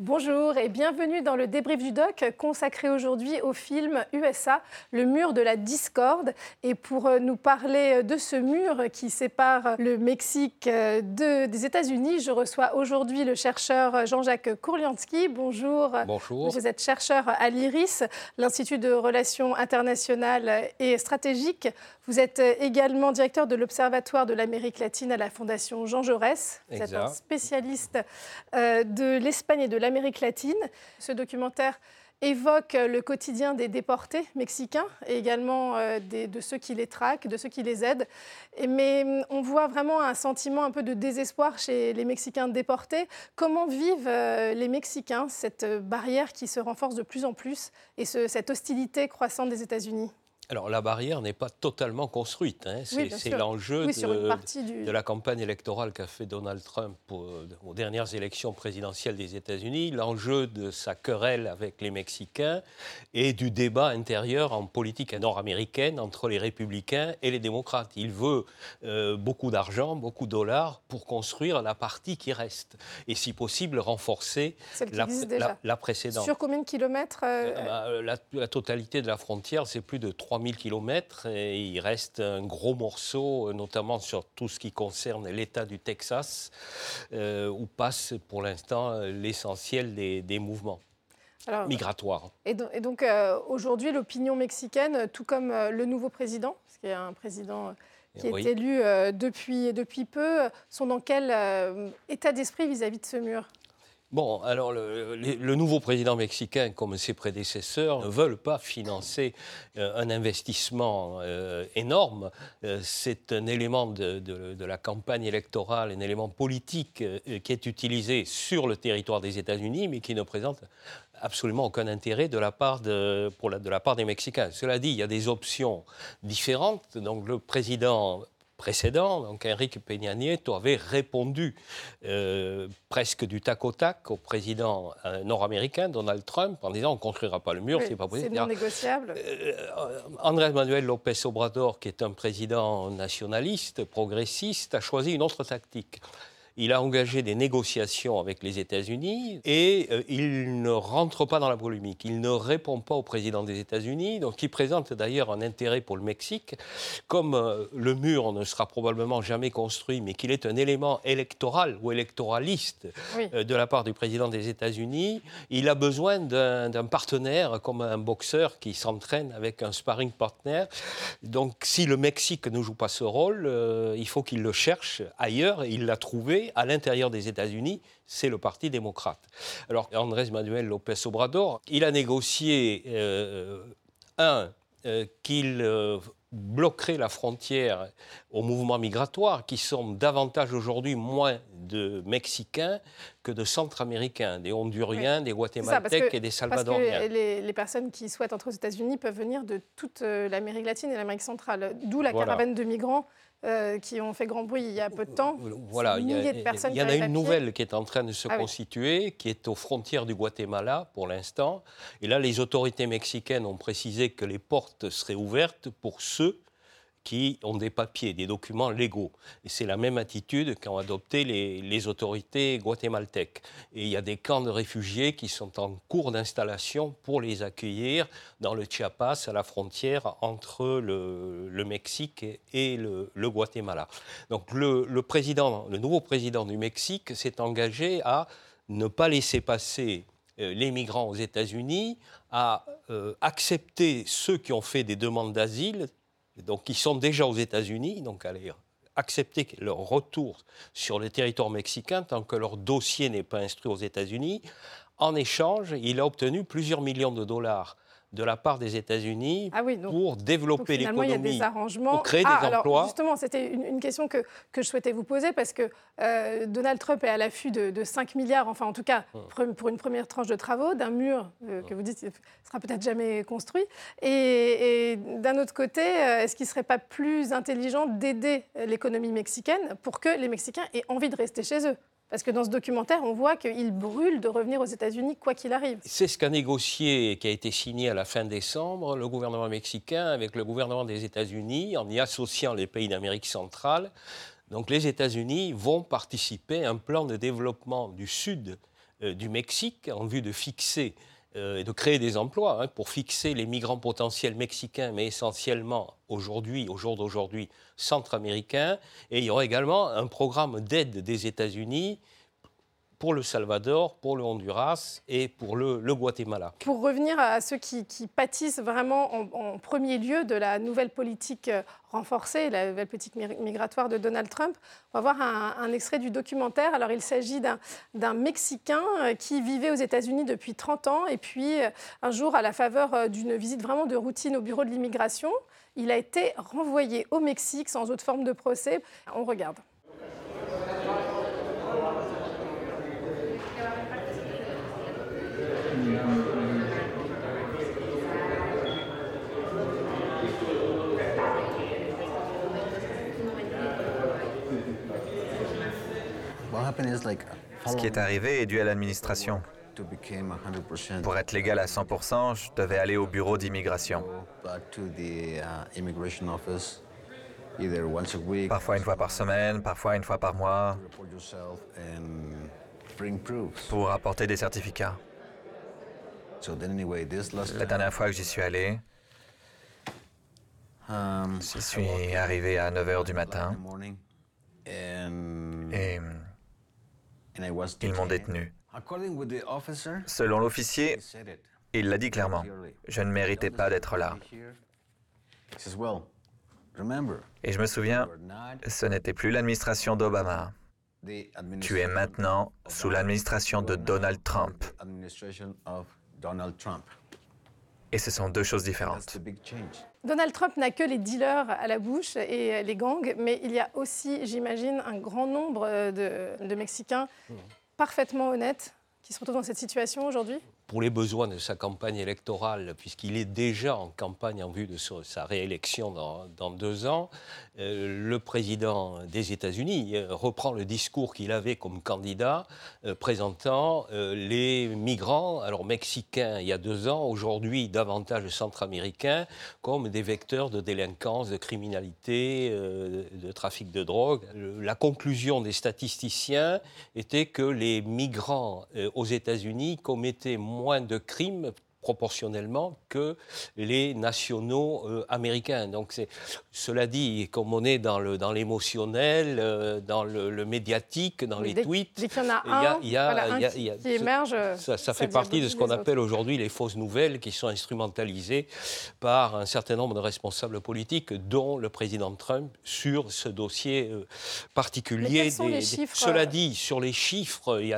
Bonjour et bienvenue dans le débrief du doc consacré aujourd'hui au film USA, le mur de la discorde. Et pour nous parler de ce mur qui sépare le Mexique des États-Unis, je reçois aujourd'hui le chercheur Jean-Jacques Kourlianski. Bonjour. Bonjour. Vous êtes chercheur à l'IRIS, l'Institut de Relations internationales et stratégiques. Vous êtes également directeur de l'Observatoire de l'Amérique latine à la Fondation Jean Jaurès. Vous êtes un spécialiste de l'Espagne et de l'Amérique latine. Ce documentaire évoque le quotidien des déportés mexicains et également de ceux qui les traquent, de ceux qui les aident. Mais on voit vraiment un sentiment un peu de désespoir chez les Mexicains déportés. Comment vivent les Mexicains cette barrière qui se renforce de plus en plus et cette hostilité croissante des États-Unis ? Alors, la barrière n'est pas totalement construite. C'est l'enjeu de la campagne électorale qu'a fait Donald Trump aux dernières élections présidentielles des États-Unis, l'enjeu de sa querelle avec les Mexicains et du débat intérieur en politique nord-américaine entre les républicains et les démocrates. Il veut beaucoup d'argent, beaucoup de dollars pour construire la partie qui reste et, si possible, renforcer la précédente. Sur combien de kilomètres la totalité de la frontière, c'est plus de 3000 kilomètres et il reste un gros morceau, notamment sur tout ce qui concerne l'État du Texas, où passe pour l'instant l'essentiel des mouvements migratoires. Et donc aujourd'hui, l'opinion mexicaine, tout comme le nouveau président, parce qu'il y a un président qui est élu depuis peu, sont dans quel état d'esprit vis-à-vis de ce mur ? Bon, alors le nouveau président mexicain, comme ses prédécesseurs, ne veulent pas financer un investissement énorme. C'est un élément de la campagne électorale, un élément politique qui est utilisé sur le territoire des États-Unis, mais qui ne présente absolument aucun intérêt de la part des Mexicains. Cela dit, il y a des options différentes. Donc le président précédent, donc Enrique Peña Nieto, avait répondu presque du tac au tac au président nord-américain, Donald Trump, en disant on ne construira pas le mur, c'est pas possible. C'est non négociable. Andrés Manuel López Obrador, qui est un président nationaliste, progressiste, a choisi une autre tactique. Il a engagé des négociations avec les États-Unis et il ne rentre pas dans la polémique. Il ne répond pas au président des États-Unis, donc il présente d'ailleurs un intérêt pour le Mexique. Comme le mur ne sera probablement jamais construit, mais qu'il est un élément électoral ou électoraliste de la part du président des États-Unis, il a besoin d'un partenaire, comme un boxeur qui s'entraîne avec un sparring partner. Donc si le Mexique ne joue pas ce rôle, il faut qu'il le cherche ailleurs, et il l'a trouvé à l'intérieur des États-Unis, c'est le Parti démocrate. Alors, Andrés Manuel López Obrador, il a négocié, qu'il bloquerait la frontière aux mouvements migratoires, qui sont davantage aujourd'hui moins de Mexicains que de Centra-Américains, des Honduriens, des Guatémaltèques et des Salvadoriens. Parce que les personnes qui souhaitent entrer aux États-Unis peuvent venir de toute l'Amérique latine et l'Amérique centrale, d'où la caravane de migrants qui ont fait grand bruit il y a peu de temps. Voilà, il y en a une nouvelle qui est en train de se constituer, qui est aux frontières du Guatemala pour l'instant. Et là, les autorités mexicaines ont précisé que les portes seraient ouvertes pour ceux qui ont des papiers, des documents légaux. Et c'est la même attitude qu'ont adopté les autorités guatémaltèques. Et il y a des camps de réfugiés qui sont en cours d'installation pour les accueillir dans le Chiapas, à la frontière entre le Mexique et le Guatemala. Donc le nouveau président du Mexique s'est engagé à ne pas laisser passer les migrants aux États-Unis, à accepter ceux qui ont fait des demandes d'asile, donc qui sont déjà aux États-Unis, donc à accepter leur retour sur le territoire mexicain tant que leur dossier n'est pas instruit aux États-Unis. En échange, il a obtenu plusieurs millions de dollars de la part des États-Unis pour développer l'économie, pour créer des emplois. Alors justement, c'était une question que je souhaitais vous poser, parce que Donald Trump est à l'affût de 5 milliards, enfin en tout cas pour une première tranche de travaux, d'un mur que vous dites ne sera peut-être jamais construit. Et d'un autre côté, est-ce qu'il ne serait pas plus intelligent d'aider l'économie mexicaine pour que les Mexicains aient envie de rester chez eux ? Parce que dans ce documentaire, on voit qu'il brûle de revenir aux États-Unis, quoi qu'il arrive. C'est ce qu'a négocié et qui a été signé à la fin décembre le gouvernement mexicain avec le gouvernement des États-Unis, en y associant les pays d'Amérique centrale. Donc les États-Unis vont participer à un plan de développement du Sud du Mexique en vue de fixer et de créer des emplois pour fixer les migrants potentiels mexicains, mais essentiellement aujourd'hui, au jour d'aujourd'hui, centra-américains. Et il y aura également un programme d'aide des États-Unis pour le Salvador, pour le Honduras et pour le Guatemala. Pour revenir à ceux qui pâtissent vraiment en premier lieu de la nouvelle politique renforcée, la nouvelle politique migratoire de Donald Trump, on va voir un extrait du documentaire. Alors, il s'agit d'un Mexicain qui vivait aux États-Unis depuis 30 ans et puis un jour, à la faveur d'une visite vraiment de routine au bureau de l'immigration, il a été renvoyé au Mexique sans autre forme de procès. On regarde. Ce qui est arrivé est dû à l'administration. Pour être légal à 100%, je devais aller au bureau d'immigration. Parfois une fois par semaine, parfois une fois par mois, pour apporter des certificats. La dernière fois que j'y suis allé, j'y suis arrivé à 9h du matin et ils m'ont détenu. Selon l'officier, il l'a dit clairement, je ne méritais pas d'être là. Et je me souviens, ce n'était plus l'administration d'Obama. Tu es maintenant sous l'administration de Donald Trump. Et ce sont deux choses différentes. Donald Trump n'a que les dealers à la bouche et les gangs, mais il y a aussi, j'imagine, un grand nombre de Mexicains parfaitement honnêtes qui se retrouvent dans cette situation aujourd'hui. Pour les besoins de sa campagne électorale, puisqu'il est déjà en campagne en vue de sa réélection dans 2 ans, le président des États-Unis reprend le discours qu'il avait comme candidat, présentant les migrants, alors mexicains il y a 2 ans, aujourd'hui davantage centra-américains, comme des vecteurs de délinquance, de criminalité, de trafic de drogue. La conclusion des statisticiens était que les migrants aux États-Unis commettaient moins de crimes proportionnellement que les nationaux américains. Donc cela dit, comme on est dans l'émotionnel, dans le médiatique, dans les tweets, dès qu'il y en a un qui émerge, ça fait partie de ce qu'on appelle aujourd'hui les fausses nouvelles qui sont instrumentalisées par un certain nombre de responsables politiques, dont le président Trump, sur ce dossier particulier. Mais quels sont les chiffres Cela dit, sur les chiffres, il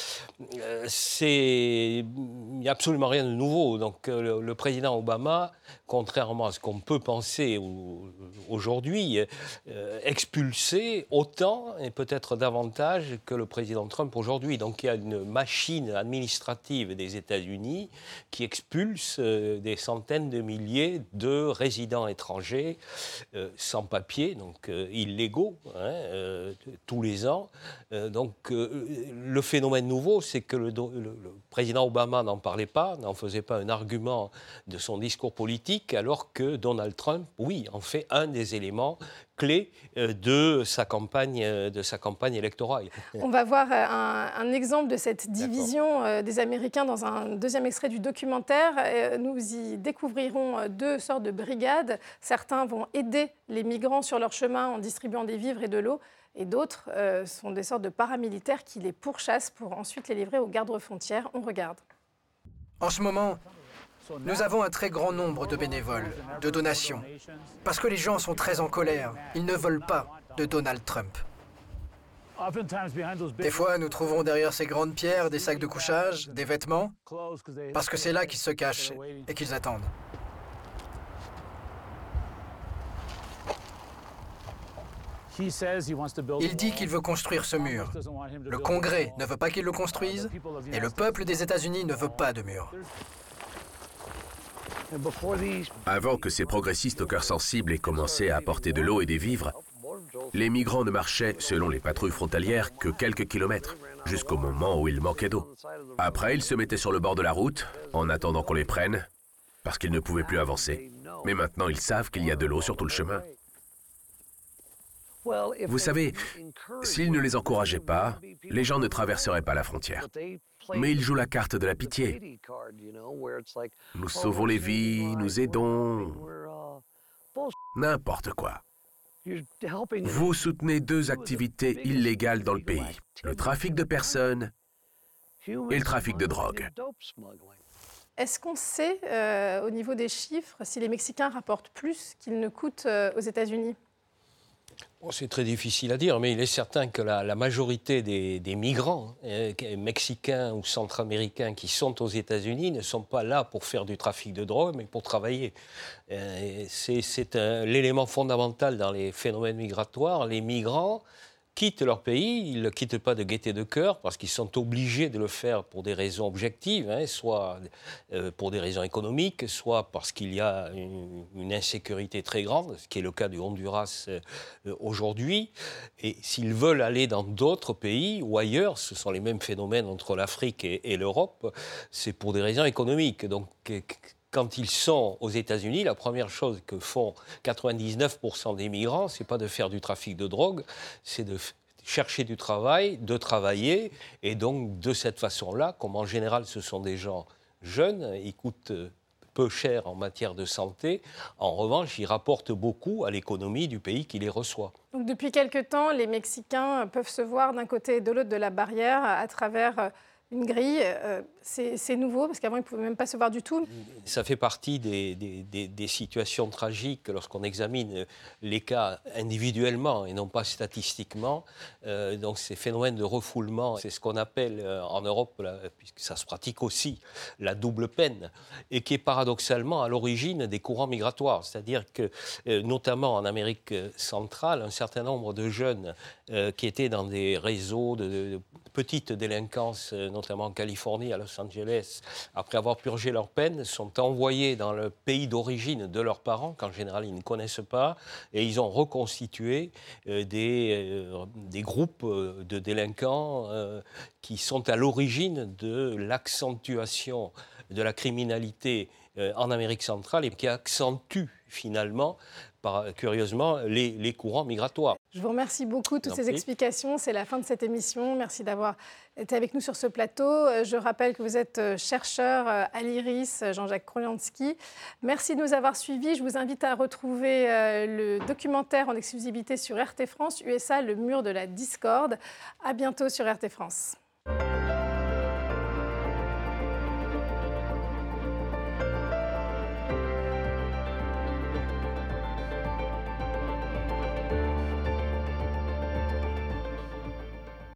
n'y a absolument rien de nouveau. Donc le président Obama, contrairement à ce qu'on peut penser aujourd'hui, expulsé autant et peut-être davantage que le président Trump aujourd'hui. Donc il y a une machine administrative des États-Unis qui expulse des centaines de milliers de résidents étrangers sans papier, donc illégaux, tous les ans. Donc le phénomène nouveau, c'est que le président Obama n'en parlait pas, n'en faisait pas un argument de son discours politique, alors que Donald Trump, oui, en fait un des éléments clés de sa campagne électorale. On va voir un exemple de cette division des Américains dans un deuxième extrait du documentaire. Nous y découvrirons 2 sortes de brigades. Certains vont aider les migrants sur leur chemin en distribuant des vivres et de l'eau, et d'autres sont des sortes de paramilitaires qui les pourchassent pour ensuite les livrer aux gardes-frontières. On regarde. En ce moment, nous avons un très grand nombre de bénévoles, de donations, parce que les gens sont très en colère. Ils ne veulent pas de Donald Trump. Des fois, nous trouvons derrière ces grandes pierres des sacs de couchage, des vêtements, parce que c'est là qu'ils se cachent et qu'ils attendent. Il dit qu'il veut construire ce mur. Le Congrès ne veut pas qu'il le construise et le peuple des États-Unis ne veut pas de mur. Avant que ces progressistes au cœur sensible aient commencé à apporter de l'eau et des vivres, les migrants ne marchaient, selon les patrouilles frontalières, que quelques kilomètres, jusqu'au moment où il manquait d'eau. Après, ils se mettaient sur le bord de la route, en attendant qu'on les prenne, parce qu'ils ne pouvaient plus avancer. Mais maintenant, ils savent qu'il y a de l'eau sur tout le chemin. Vous savez, s'ils ne les encourageaient pas, les gens ne traverseraient pas la frontière. Mais ils jouent la carte de la pitié. Nous sauvons les vies, nous aidons... N'importe quoi. Vous soutenez deux activités illégales dans le pays. Le trafic de personnes et le trafic de drogue. Est-ce qu'on sait, au niveau des chiffres, si les Mexicains rapportent plus qu'ils ne coûtent aux États-Unis ? C'est très difficile à dire, mais il est certain que la majorité des migrants mexicains ou centra-américains qui sont aux États-Unis ne sont pas là pour faire du trafic de drogue, mais pour travailler. C'est l'élément fondamental dans les phénomènes migratoires. Les migrants quittent leur pays, ils ne le quittent pas de gaieté de cœur parce qu'ils sont obligés de le faire pour des raisons objectives, soit pour des raisons économiques, soit parce qu'il y a une insécurité très grande, ce qui est le cas du Honduras aujourd'hui. Et s'ils veulent aller dans d'autres pays ou ailleurs, ce sont les mêmes phénomènes entre l'Afrique et l'Europe, c'est pour des raisons économiques. Donc, quand ils sont aux États-Unis, la première chose que font 99% des migrants, c'est pas de faire du trafic de drogue, c'est de chercher du travail, de travailler. Et donc, de cette façon-là, comme en général, ce sont des gens jeunes, ils coûtent peu cher en matière de santé. En revanche, ils rapportent beaucoup à l'économie du pays qui les reçoit. Donc, depuis quelque temps, les Mexicains peuvent se voir d'un côté et de l'autre de la barrière à travers une grille. C'est nouveau, parce qu'avant, ils ne pouvaient même pas se voir du tout. Ça fait partie des situations tragiques lorsqu'on examine les cas individuellement et non pas statistiquement. Donc ces phénomènes de refoulement, c'est ce qu'on appelle en Europe, puisque ça se pratique aussi, la double peine, et qui est paradoxalement à l'origine des courants migratoires. C'est-à-dire que, notamment en Amérique centrale, un certain nombre de jeunes qui étaient dans des réseaux de petite délinquance, notamment en Californie, à Los Angeles, après avoir purgé leur peine, sont envoyés dans le pays d'origine de leurs parents, qu'en général ils ne connaissent pas, et ils ont reconstitué des groupes de délinquants qui sont à l'origine de l'accentuation de la criminalité en Amérique centrale et qui accentuent finalement, curieusement, les courants migratoires. Je vous remercie beaucoup de toutes ces explications. C'est la fin de cette émission. Merci d'avoir été avec nous sur ce plateau. Je rappelle que vous êtes chercheur à l'IRIS, Jean-Jacques Krolianski. Merci de nous avoir suivis. Je vous invite à retrouver le documentaire en exclusivité sur RT France, USA, le mur de la discorde. À bientôt sur RT France.